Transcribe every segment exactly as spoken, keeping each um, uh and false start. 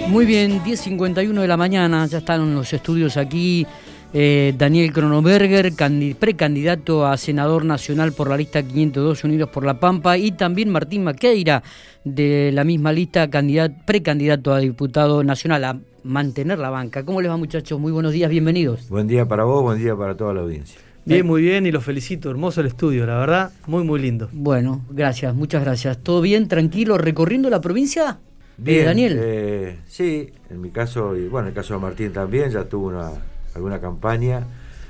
Muy bien, diez cincuenta y uno de la mañana, ya están en los estudios aquí eh, Daniel Cronenberger, precandidato a senador nacional por la lista quinientos dos Unidos por la Pampa, y también Martín Maqueira, de la misma lista, candidato, precandidato a diputado nacional, a mantener la banca. ¿Cómo les va, muchachos? Muy buenos días, bienvenidos. Buen día para vos, buen día para toda la audiencia. Bien, muy bien, y los felicito, hermoso el estudio, la verdad, muy muy lindo. Bueno, gracias, muchas gracias. ¿Todo bien, tranquilo, recorriendo la provincia? Bien, eh, Daniel. Eh, sí, en mi caso, y bueno, en el caso de Martín también, ya tuvo una, alguna campaña,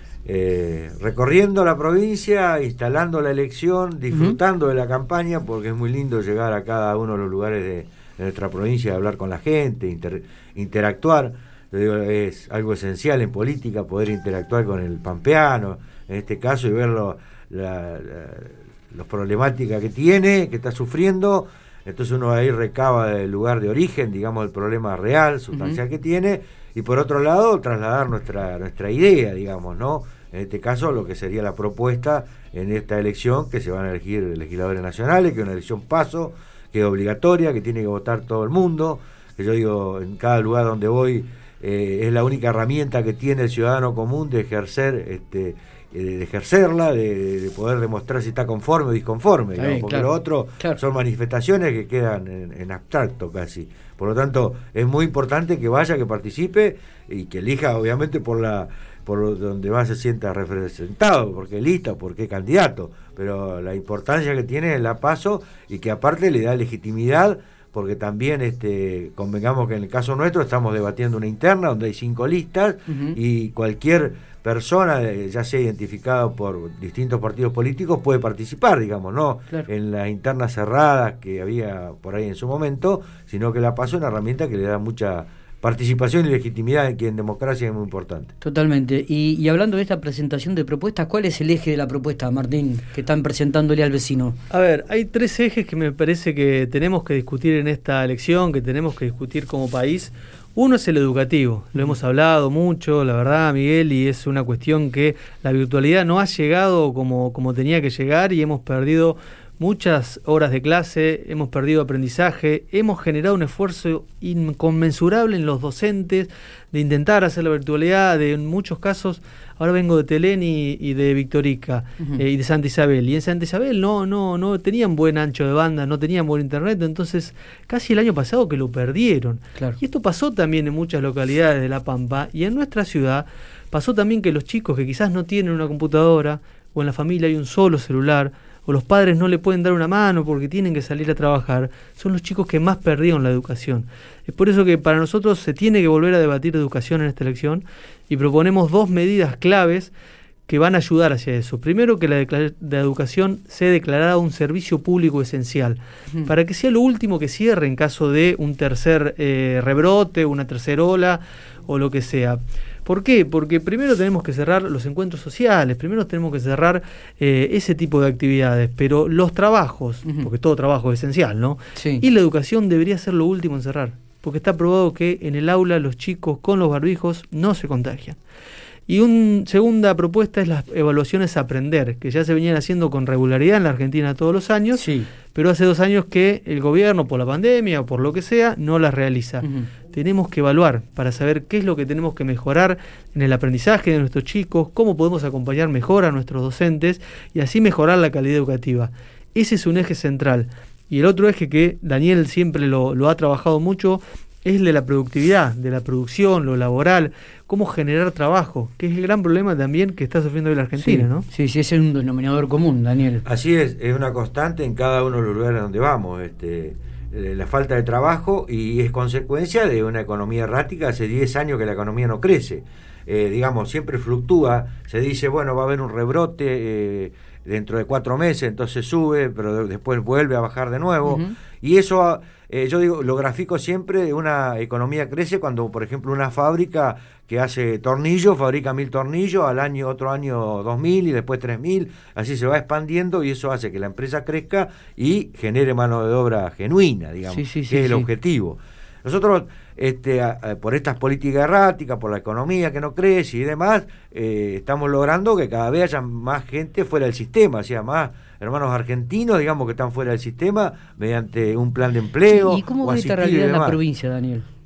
eh, recorriendo la provincia, instalando la elección, disfrutando uh-huh. de la campaña, porque es muy lindo llegar a cada uno de los lugares de, de nuestra provincia, hablar con la gente, inter, interactuar. Yo digo, es algo esencial en política, poder interactuar con el pampeano, en este caso, y ver lo, la, la, las problemáticas que tiene, que está sufriendo. Entonces uno ahí recaba del lugar de origen, digamos, el problema real, sustancial uh-huh. que tiene, y por otro lado trasladar nuestra nuestra idea, digamos, ¿no? En este caso lo que sería la propuesta en esta elección, que se van a elegir legisladores nacionales, que es una elección paso, que es obligatoria, que tiene que votar todo el mundo, que yo digo, en cada lugar donde voy eh, es la única herramienta que tiene el ciudadano común de ejercer este de ejercerla, de, de poder demostrar si está conforme o disconforme, digamos, sí, porque claro, lo otro claro. son manifestaciones que quedan en, en abstracto casi. Por lo tanto, es muy importante que vaya, que participe y que elija, obviamente, por la por donde más se sienta representado, por qué lista, por qué candidato, pero la importancia que tiene es la paso, y que aparte le da legitimidad, porque también este convengamos que en el caso nuestro estamos debatiendo una interna donde hay cinco listas uh-huh. y cualquier persona, ya sea identificado por distintos partidos políticos, puede participar, digamos, no claro. en las internas cerradas que había por ahí en su momento, sino que la paso es una herramienta que le da mucha participación y legitimidad, que en democracia es muy importante. Totalmente. Y, y hablando de esta presentación de propuestas, ¿cuál es el eje de la propuesta, Martín, que están presentándole al vecino? A ver, hay tres ejes que me parece que tenemos que discutir en esta elección, que tenemos que discutir como país. Uno es el educativo, lo hemos hablado mucho, la verdad, Miguel, y es una cuestión que la virtualidad no ha llegado como, como tenía que llegar, y hemos perdido muchas horas de clase, hemos perdido aprendizaje, hemos generado un esfuerzo inconmensurable en los docentes de intentar hacer la virtualidad, de en muchos casos, ahora vengo de Telén y, y de Victorica uh-huh. eh, y de Santa Isabel, y en Santa Isabel no, no, no tenían buen ancho de banda, no tenían buen internet, entonces casi el año pasado que lo perdieron. Claro. Y esto pasó también en muchas localidades de La Pampa, y en nuestra ciudad pasó también que los chicos que quizás no tienen una computadora, o en la familia hay un solo celular, o los padres no le pueden dar una mano porque tienen que salir a trabajar, son los chicos que más perdieron la educación. Es por eso que para nosotros se tiene que volver a debatir educación en esta elección, y proponemos dos medidas claves que van a ayudar hacia eso. Primero, que la, declar- la educación sea declarada un servicio público esencial, uh-huh. para que sea lo último que cierre en caso de un tercer eh, rebrote, una tercera ola o lo que sea. ¿Por qué? Porque primero tenemos que cerrar los encuentros sociales, primero tenemos que cerrar eh, ese tipo de actividades, pero los trabajos, uh-huh. porque todo trabajo es esencial, ¿no? Sí. Y la educación debería ser lo último en cerrar, porque está probado que en el aula los chicos con los barbijos no se contagian. Y una segunda propuesta es las evaluaciones a aprender, que ya se venían haciendo con regularidad en la Argentina todos los años, sí. pero hace dos años que el gobierno, por la pandemia o por lo que sea, no las realiza. Uh-huh. Tenemos que evaluar para saber qué es lo que tenemos que mejorar en el aprendizaje de nuestros chicos, cómo podemos acompañar mejor a nuestros docentes y así mejorar la calidad educativa. Ese es un eje central. Y el otro eje que Daniel siempre lo, lo ha trabajado mucho es el de la productividad, de la producción, lo laboral, cómo generar trabajo, que es el gran problema también que está sufriendo hoy la Argentina, sí, ¿no? Sí, sí, ese es un denominador común, Daniel. Así es, es una constante en cada uno de los lugares donde vamos, este, la falta de trabajo, y es consecuencia de una economía errática. Hace diez años que la economía no crece, eh, digamos, siempre fluctúa, se dice, bueno, va a haber un rebrote eh, dentro de cuatro meses, entonces sube, pero después vuelve a bajar de nuevo, uh-huh. y eso... Eh, yo digo, lo grafico siempre, una economía crece cuando, por ejemplo, una fábrica que hace tornillos, fabrica mil tornillos, al año, otro año dos mil y después tres mil, así se va expandiendo, y eso hace que la empresa crezca y genere mano de obra genuina, digamos, sí, sí, sí, que es el sí. objetivo. Nosotros, este, a, a, por estas políticas erráticas, por la economía que no crece y demás, eh, estamos logrando que cada vez haya más gente fuera del sistema, o sea, más hermanos argentinos, digamos, que están fuera del sistema mediante un plan de empleo. Sí, ¿y cómo ve esta realidad en la provincia, Daniel?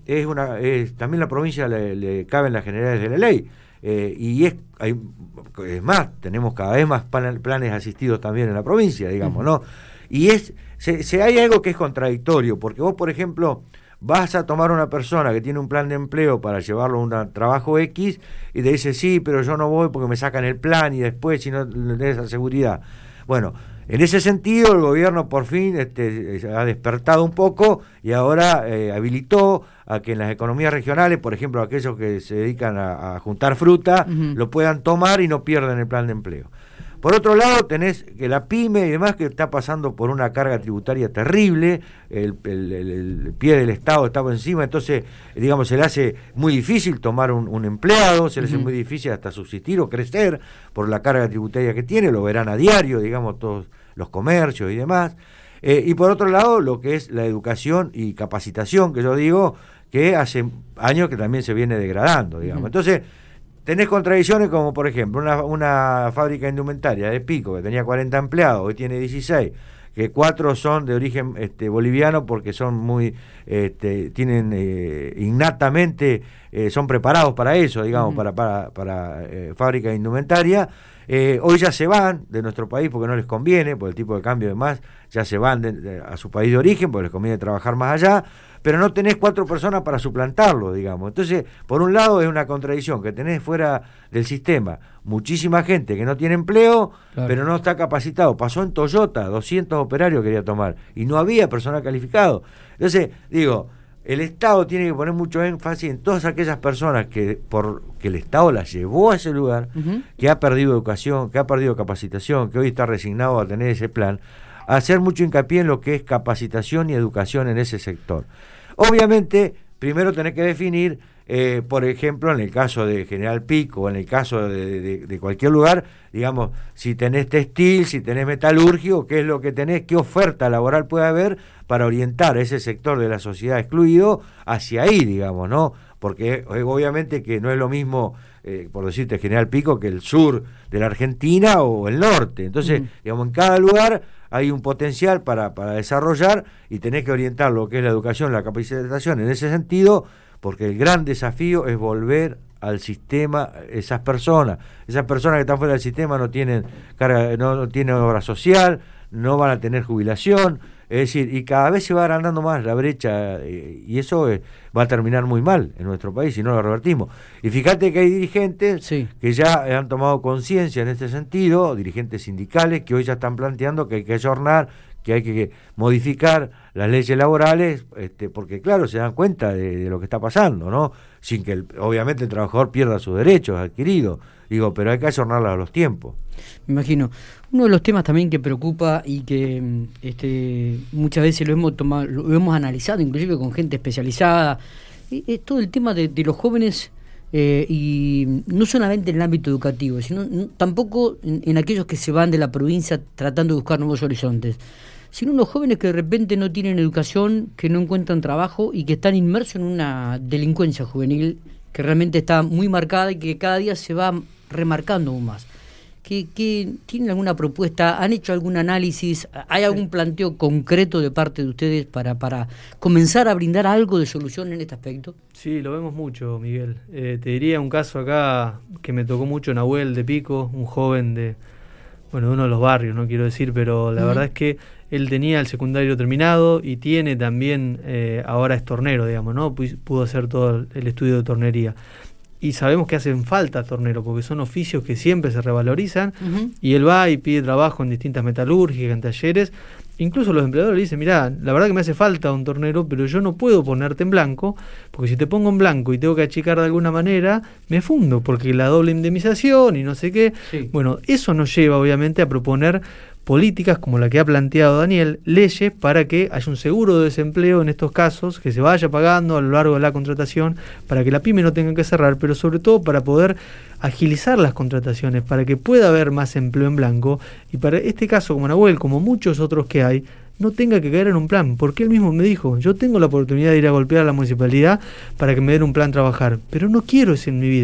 es una es, también la provincia le, le caben las generalidades de la ley. Eh, y es, hay, es más, tenemos cada vez más plan, planes asistidos también en la provincia, digamos, uh-huh. ¿no? Y es se, se hay algo que es contradictorio, porque vos, por ejemplo, vas a tomar una persona que tiene un plan de empleo para llevarlo a un trabajo X y te dice, sí, pero yo no voy porque me sacan el plan y después si no tenés esa seguridad. Bueno, en ese sentido el gobierno por fin este, ha despertado un poco y ahora eh, habilitó a que en las economías regionales, por ejemplo, aquellos que se dedican a, a juntar fruta, uh-huh. lo puedan tomar y no pierdan el plan de empleo. Por otro lado, tenés que la pyme y demás que está pasando por una carga tributaria terrible, el, el, el, el pie del Estado está por encima, entonces, digamos, se le hace muy difícil tomar un, un empleado, se le hace uh-huh. muy difícil hasta subsistir o crecer por la carga tributaria que tiene, lo verán a diario, digamos, todos los comercios y demás. Eh, y por otro lado, lo que es la educación y capacitación, que yo digo, que hace años que también se viene degradando, digamos. Uh-huh. Entonces, tenés contradicciones como, por ejemplo, una, una fábrica de indumentaria de Pico que tenía cuarenta empleados, hoy tiene dieciséis, que cuatro son de origen este, boliviano porque son muy, este, tienen eh, innatamente, eh, son preparados para eso, digamos, uh-huh. para, para, para eh, fábrica de indumentaria. Eh, hoy ya se van de nuestro país porque no les conviene, por el tipo de cambio y demás, ya se van de, de, a su país de origen porque les conviene trabajar más allá, pero no tenés cuatro personas para suplantarlo, digamos. Entonces, por un lado es una contradicción, que tenés fuera del sistema muchísima gente que no tiene empleo, claro. pero no está capacitado. Pasó en Toyota, doscientos operarios quería tomar, y no había personal calificado. Entonces, digo, el Estado tiene que poner mucho énfasis en todas aquellas personas que por que el Estado las llevó a ese lugar, uh-huh. que ha perdido educación, que ha perdido capacitación, que hoy está resignado a tener ese plan, a hacer mucho hincapié en lo que es capacitación y educación en ese sector. Obviamente, primero tenés que definir, eh, por ejemplo, en el caso de General Pico, o en el caso de, de, de cualquier lugar, digamos, si tenés textil, si tenés metalurgia, qué es lo que tenés, qué oferta laboral puede haber para orientar ese sector de la sociedad excluido hacia ahí, digamos, ¿no? Porque eh, obviamente que no es lo mismo, eh, por decirte, General Pico, que el sur de la Argentina o el norte. Entonces, uh-huh. digamos, en cada lugar hay un potencial para, para desarrollar y tenés que orientar lo que es la educación, la capacitación en ese sentido, porque el gran desafío es volver al sistema esas personas. Esas personas que están fuera del sistema no tienen carga, no, no tienen obra social, no van a tener jubilación, es decir, y cada vez se va agrandando más la brecha eh, y eso eh, va a terminar muy mal en nuestro país si no lo revertimos. Y fíjate que hay dirigentes sí. que ya han tomado conciencia en este sentido, dirigentes sindicales que hoy ya están planteando que hay que ayornar, que hay que modificar las leyes laborales, este, porque claro, se dan cuenta de, de lo que está pasando, ¿no? Sin que el, obviamente el trabajador pierda sus derechos adquiridos, digo, pero hay que ayornarla a los tiempos. Me imagino. Uno de los temas también que preocupa y que este, muchas veces lo hemos tomado, lo hemos analizado, inclusive con gente especializada, es todo el tema de, de los jóvenes, eh, y no solamente en el ámbito educativo, sino no, tampoco en, en aquellos que se van de la provincia tratando de buscar nuevos horizontes, sino los jóvenes que de repente no tienen educación, que no encuentran trabajo y que están inmersos en una delincuencia juvenil que realmente está muy marcada y que cada día se va remarcando aún más. ¿Qué, qué, ¿Tienen alguna propuesta? ¿Han hecho algún análisis? ¿Hay algún planteo concreto de parte de ustedes para, para comenzar a brindar algo de solución en este aspecto? Sí, lo vemos mucho, Miguel. Eh, te diría un caso acá que me tocó mucho, Nahuel de Pico, un joven de, bueno, de uno de los barrios, no quiero decir, pero la uh-huh. verdad es que él tenía el secundario terminado y tiene también, eh, ahora es tornero, digamos, ¿no? Pudo hacer todo el estudio de tornería. Y sabemos que hacen falta torneros, porque son oficios que siempre se revalorizan, uh-huh. y él va y pide trabajo en distintas metalúrgicas, en talleres. Incluso los empleadores le dicen, mirá, la verdad que me hace falta un tornero, pero yo no puedo ponerte en blanco, porque si te pongo en blanco y tengo que achicar de alguna manera, me fundo, porque la doble indemnización y no sé qué. Sí. Bueno, eso nos lleva obviamente a proponer políticas como la que ha planteado Daniel, leyes para que haya un seguro de desempleo en estos casos, que se vaya pagando a lo largo de la contratación, para que la pyme no tenga que cerrar, pero sobre todo para poder agilizar las contrataciones, para que pueda haber más empleo en blanco, y para este caso como Nahuel, como muchos otros que hay, no tenga que caer en un plan, porque él mismo me dijo, yo tengo la oportunidad de ir a golpear a la municipalidad para que me den un plan trabajar, pero no quiero eso en mi vida.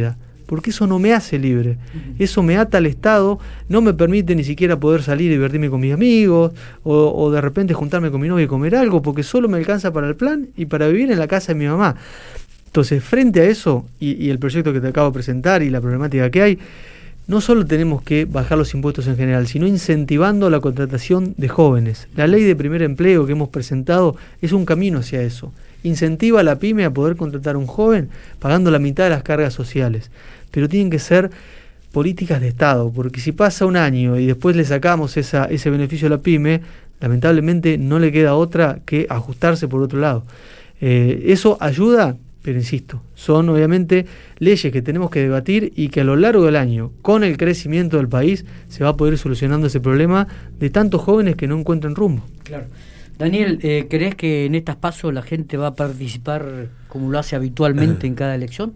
porque eso no me hace libre. Eso me ata al Estado, no me permite ni siquiera poder salir y divertirme con mis amigos, o, o de repente juntarme con mi novia y comer algo, porque solo me alcanza para el plan y para vivir en la casa de mi mamá. Entonces, frente a eso, y, y el proyecto que te acabo de presentar y la problemática que hay, no solo tenemos que bajar los impuestos en general, sino incentivando la contratación de jóvenes. La ley de primer empleo que hemos presentado es un camino hacia eso. Incentiva a la pyme a poder contratar a un joven pagando la mitad de las cargas sociales. Pero tienen que ser políticas de Estado, porque si pasa un año y después le sacamos esa, ese beneficio a la pyme, lamentablemente no le queda otra que ajustarse por otro lado. Eh, eso ayuda, pero insisto, son obviamente leyes que tenemos que debatir y que a lo largo del año, con el crecimiento del país, se va a poder ir solucionando ese problema de tantos jóvenes que no encuentran rumbo. Claro. Daniel, eh, ¿crees que en estas pasos la gente va a participar como lo hace habitualmente en cada elección?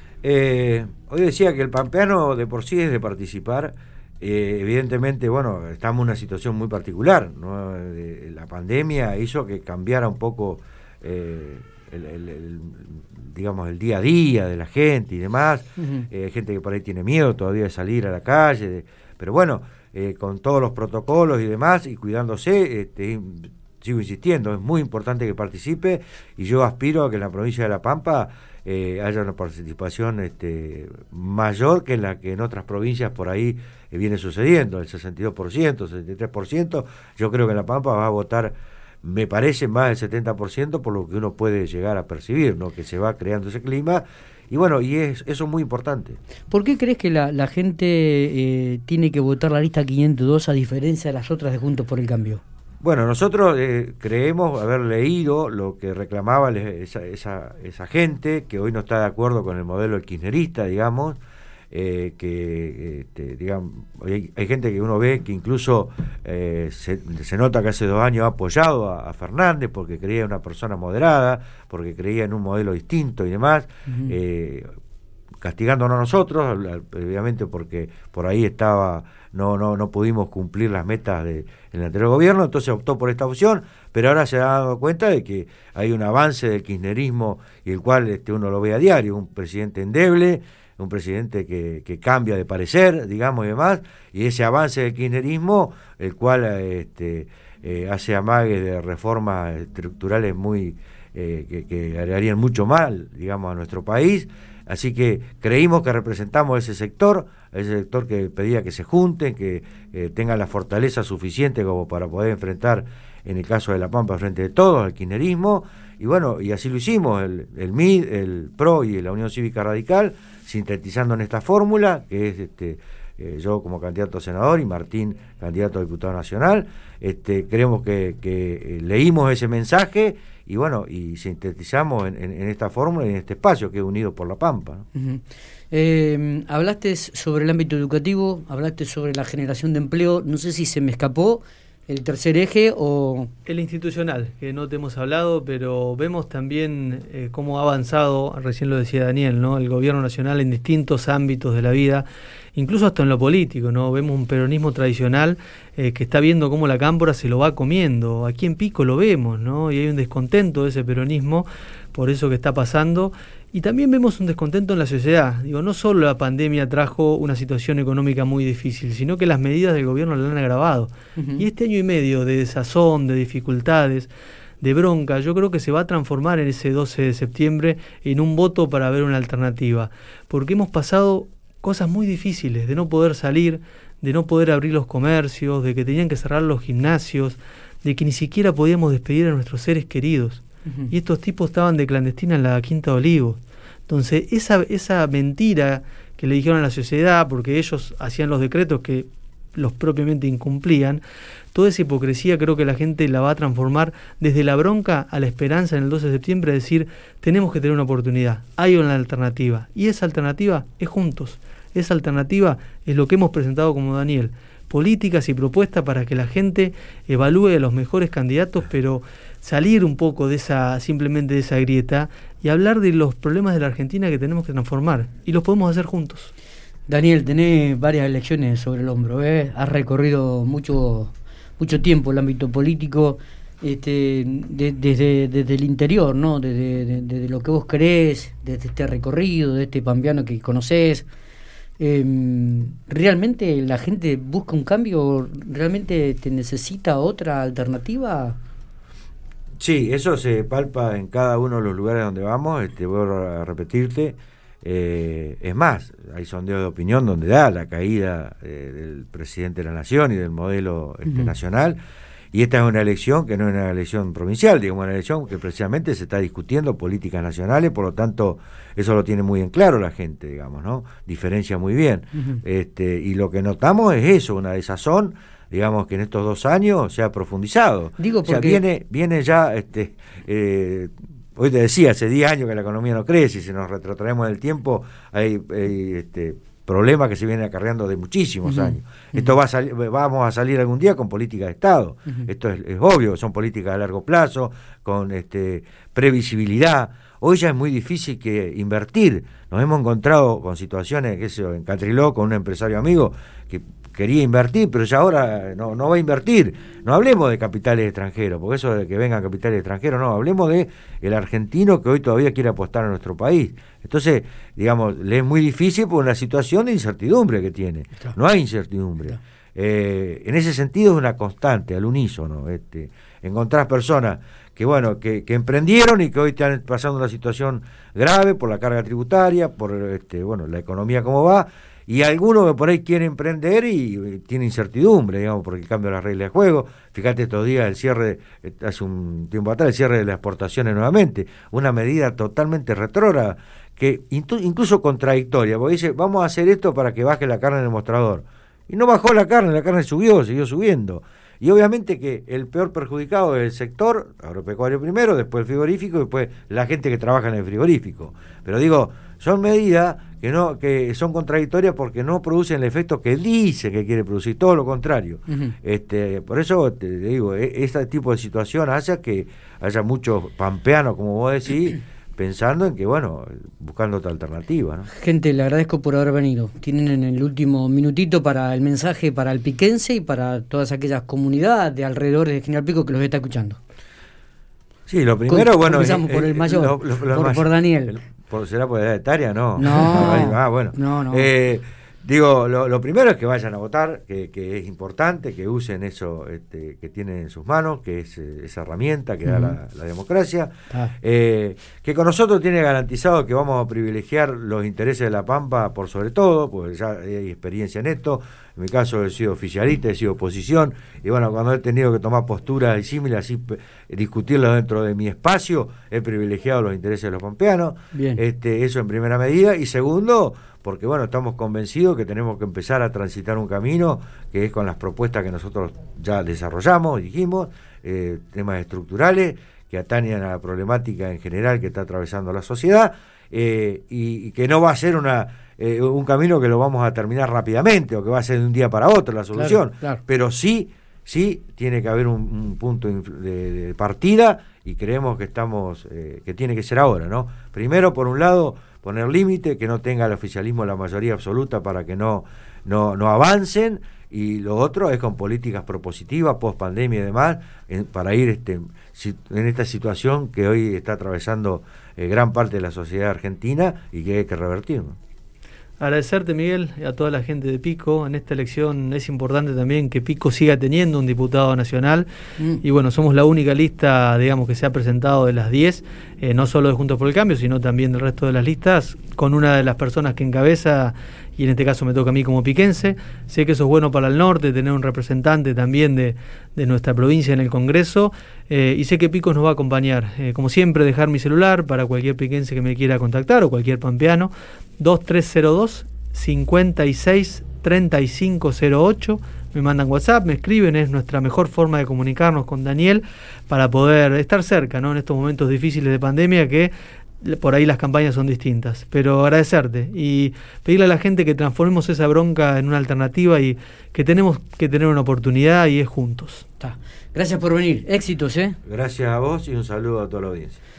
Eh, hoy decía que el pampeano de por sí es de participar. Eh, evidentemente, bueno, estamos en una situación muy particular, ¿no? De, la pandemia hizo que cambiara un poco eh, el, el, el, digamos, el día a día de la gente y demás. Uh-huh. Eh, gente que por ahí tiene miedo todavía de salir a la calle, de, pero bueno, eh, con todos los protocolos y demás y cuidándose, este, sigo insistiendo, es muy importante que participe y yo aspiro a que en la provincia de La Pampa eh, haya una participación este, mayor que la que en otras provincias por ahí eh, viene sucediendo, el sesenta y dos por ciento, sesenta y tres por ciento. Yo creo que en La Pampa va a votar, me parece, más del setenta por ciento por lo que uno puede llegar a percibir, ¿no? Que se va creando ese clima. Y bueno, y es, eso es muy importante. ¿Por qué crees que la, la gente eh, tiene que votar la lista quinientos dos a diferencia de las otras de Juntos por el Cambio? Bueno, nosotros eh, creemos haber leído lo que reclamaba esa, esa, esa gente que hoy no está de acuerdo con el modelo del kirchnerista, digamos, eh, que este, digamos, hay, hay gente que uno ve que incluso eh, se, se nota que hace dos años ha apoyado a, a Fernández porque creía en una persona moderada, porque creía en un modelo distinto y demás, uh-huh. eh, castigándonos a nosotros, obviamente porque por ahí estaba, no, no, no pudimos cumplir las metas del anterior gobierno, entonces optó por esta opción, pero ahora se ha dado cuenta de que hay un avance del kirchnerismo y el cual este, uno lo ve a diario, un presidente endeble, un presidente que, que cambia de parecer, digamos, y demás, y ese avance del kirchnerismo, el cual este, eh, hace amagues de reformas estructurales muy eh, que, que harían mucho mal, digamos, a nuestro país. Así que creímos que representamos ese sector, ese sector que pedía que se junten, que eh, tengan la fortaleza suficiente como para poder enfrentar, en el caso de La Pampa, frente de todos, al kirchnerismo, y bueno, y así lo hicimos, el, el M I D, el P R O y la Unión Cívica Radical, sintetizando en esta fórmula, que es este, eh, yo como candidato a senador y Martín candidato a diputado nacional. Este, creemos que, que eh, leímos ese mensaje y bueno, y sintetizamos en, en, en esta fórmula y en este espacio que es Unidos por La Pampa, ¿no? Uh-huh. eh, hablaste sobre el ámbito educativo, hablaste sobre la generación de empleo, no sé si se me escapó el tercer eje o... El institucional, que no te hemos hablado, pero vemos también eh, cómo ha avanzado, recién lo decía Daniel, ¿no? El gobierno nacional en distintos ámbitos de la vida, incluso hasta en lo político, ¿no? Vemos un peronismo tradicional eh, que está viendo cómo la cámpora se lo va comiendo. Aquí en Pico lo vemos, ¿no? Y hay un descontento de ese peronismo por eso que está pasando. Y también vemos un descontento en la sociedad. Digo, no solo la pandemia trajo una situación económica muy difícil, sino que las medidas del gobierno la han agravado. Uh-huh. Y este año y medio de desazón, de dificultades, de bronca, yo creo que se va a transformar en ese doce de septiembre en un voto para ver una alternativa. Porque hemos pasado cosas muy difíciles, de no poder salir, de no poder abrir los comercios, de que tenían que cerrar los gimnasios, de que ni siquiera podíamos despedir a nuestros seres queridos. Uh-huh. Y estos tipos estaban de clandestina en la Quinta de Olivos. Entonces, esa, esa mentira que le dijeron a la sociedad, porque ellos hacían los decretos que los propiamente incumplían, toda esa hipocresía creo que la gente la va a transformar desde la bronca a la esperanza en el doce de septiembre, es decir, tenemos que tener una oportunidad, hay una alternativa, y esa alternativa es juntos, esa alternativa es lo que hemos presentado como Daniel, políticas y propuestas para que la gente evalúe a los mejores candidatos, pero salir un poco de esa, simplemente de esa grieta y hablar de los problemas de la Argentina que tenemos que transformar, y los podemos hacer juntos. Daniel, tenés varias elecciones sobre el hombro, ¿eh? Has recorrido mucho mucho tiempo el ámbito político, este, de, desde, desde el interior, ¿no? Desde, de, desde lo que vos creés, desde este recorrido, de este pampeano que conocés, Eh, ¿Realmente la gente busca un cambio? ¿Realmente te necesita otra alternativa? Sí, eso se palpa en cada uno de los lugares donde vamos. Este, voy a repetirte. Eh, es más, hay sondeos de opinión donde da la caída eh, del presidente de la nación y del modelo este, uh-huh. nacional, y esta es una elección que no es una elección provincial, digamos, una elección que precisamente se está discutiendo políticas nacionales, por lo tanto eso lo tiene muy en claro la gente, digamos, ¿no? Diferencia muy bien. Uh-huh. este, y lo que notamos es eso, una desazón, digamos, que en estos dos años se ha profundizado. Digo porque... O sea, viene, viene ya... este eh, Hoy te decía, hace diez años que la economía no crece, y si nos retrotraemos en el tiempo, hay, hay este, problemas que se vienen acarreando de muchísimos uh-huh. años. Uh-huh. Esto va a sal, vamos a salir algún día con política de Estado. Uh-huh. Esto es, es obvio, son políticas a largo plazo, con este, previsibilidad. Hoy ya es muy difícil que invertir. Nos hemos encontrado con situaciones, qué sé yo, en Catriló, con un empresario amigo que quería invertir, pero ya ahora no, no va a invertir. No hablemos de capitales extranjeros, porque eso de que vengan capitales extranjeros, no, hablemos de el argentino que hoy todavía quiere apostar a nuestro país. Entonces, digamos, le es muy difícil por una situación de incertidumbre que tiene. No hay incertidumbre. Eh, en ese sentido es una constante, al unísono. Este, encontrás personas que, bueno, que, que emprendieron y que hoy están pasando una situación grave por la carga tributaria, por este, bueno, la economía como va, y algunos que por ahí quieren emprender y, y tienen incertidumbre, digamos, porque cambia las reglas de juego. Fíjate estos días el cierre, hace un tiempo atrás, el cierre de las exportaciones nuevamente, una medida totalmente retrógrada, que incluso contradictoria, porque dice, vamos a hacer esto para que baje la carne en el mostrador. Y no bajó la carne, la carne subió, siguió subiendo. Y obviamente que el peor perjudicado es el sector agropecuario primero, después el frigorífico, y después la gente que trabaja en el frigorífico. Pero digo, son medidas que no que son contradictorias porque no producen el efecto que dice que quiere producir, todo lo contrario. Uh-huh. este Por eso te, te digo, este tipo de situación hace que haya muchos pampeanos, como vos decís, pensando en que, bueno, buscando otra alternativa, ¿no? Gente, le agradezco por haber venido. Tienen en el último minutito para el mensaje para el piquense y para todas aquellas comunidades de alrededor de General Pico que los está escuchando. Sí, lo primero, Con, bueno... Empezamos eh, por el mayor, lo, lo, lo por, más, por Daniel. El, por, ¿Será por edad etaria? No. No. Ah, bueno. No, no. Eh, Digo, lo, lo primero es que vayan a votar, que, que es importante, que usen eso este, que tienen en sus manos, que es eh, esa herramienta que uh-huh. da la, la democracia, ah. eh, que con nosotros tiene garantizado que vamos a privilegiar los intereses de la Pampa por sobre todo, porque ya hay experiencia en esto. En mi caso he sido oficialista, he sido oposición, y bueno, cuando he tenido que tomar posturas disímiles, así discutirlo dentro de mi espacio, he privilegiado los intereses de los pampeanos. Bien. Este, eso en primera medida, y segundo, porque bueno, estamos convencidos que tenemos que empezar a transitar un camino que es con las propuestas que nosotros ya desarrollamos, dijimos, eh, temas estructurales que atañen a la problemática en general que está atravesando la sociedad, eh, y, y que no va a ser una eh, un camino que lo vamos a terminar rápidamente o que va a ser de un día para otro la solución, claro, claro. pero sí, sí tiene que haber un, un punto de, de partida, y creemos que estamos eh, que tiene que ser ahora, ¿no? Primero, por un lado, poner límite, que no tenga el oficialismo la mayoría absoluta para que no, no, no avancen, y lo otro es con políticas propositivas, post pandemia y demás, en, para ir este, en esta situación que hoy está atravesando eh, gran parte de la sociedad argentina y que hay que revertir, ¿no? Agradecerte, Miguel, a toda la gente de Pico. En esta elección es importante también que Pico siga teniendo un diputado nacional. Mm. Y bueno, somos la única lista, digamos, que se ha presentado de las diez, eh, no solo de Juntos por el Cambio, sino también del resto de las listas, con una de las personas que encabeza, y en este caso me toca a mí como piquense. Sé que eso es bueno para el norte, tener un representante también de, de nuestra provincia en el Congreso, eh, y sé que Pico nos va a acompañar. Eh, como siempre, dejar mi celular para cualquier piquense que me quiera contactar, o cualquier pampeano, dos tres cero dos, cinco seis, tres cinco cero ocho. Me mandan WhatsApp, me escriben, es nuestra mejor forma de comunicarnos con Daniel para poder estar cerca, ¿no? En estos momentos difíciles de pandemia, que por ahí las campañas son distintas. Pero agradecerte y pedirle a la gente que transformemos esa bronca en una alternativa, y que tenemos que tener una oportunidad, y es juntos. Gracias por venir, éxitos, ¿eh? Gracias a vos y un saludo a toda la audiencia.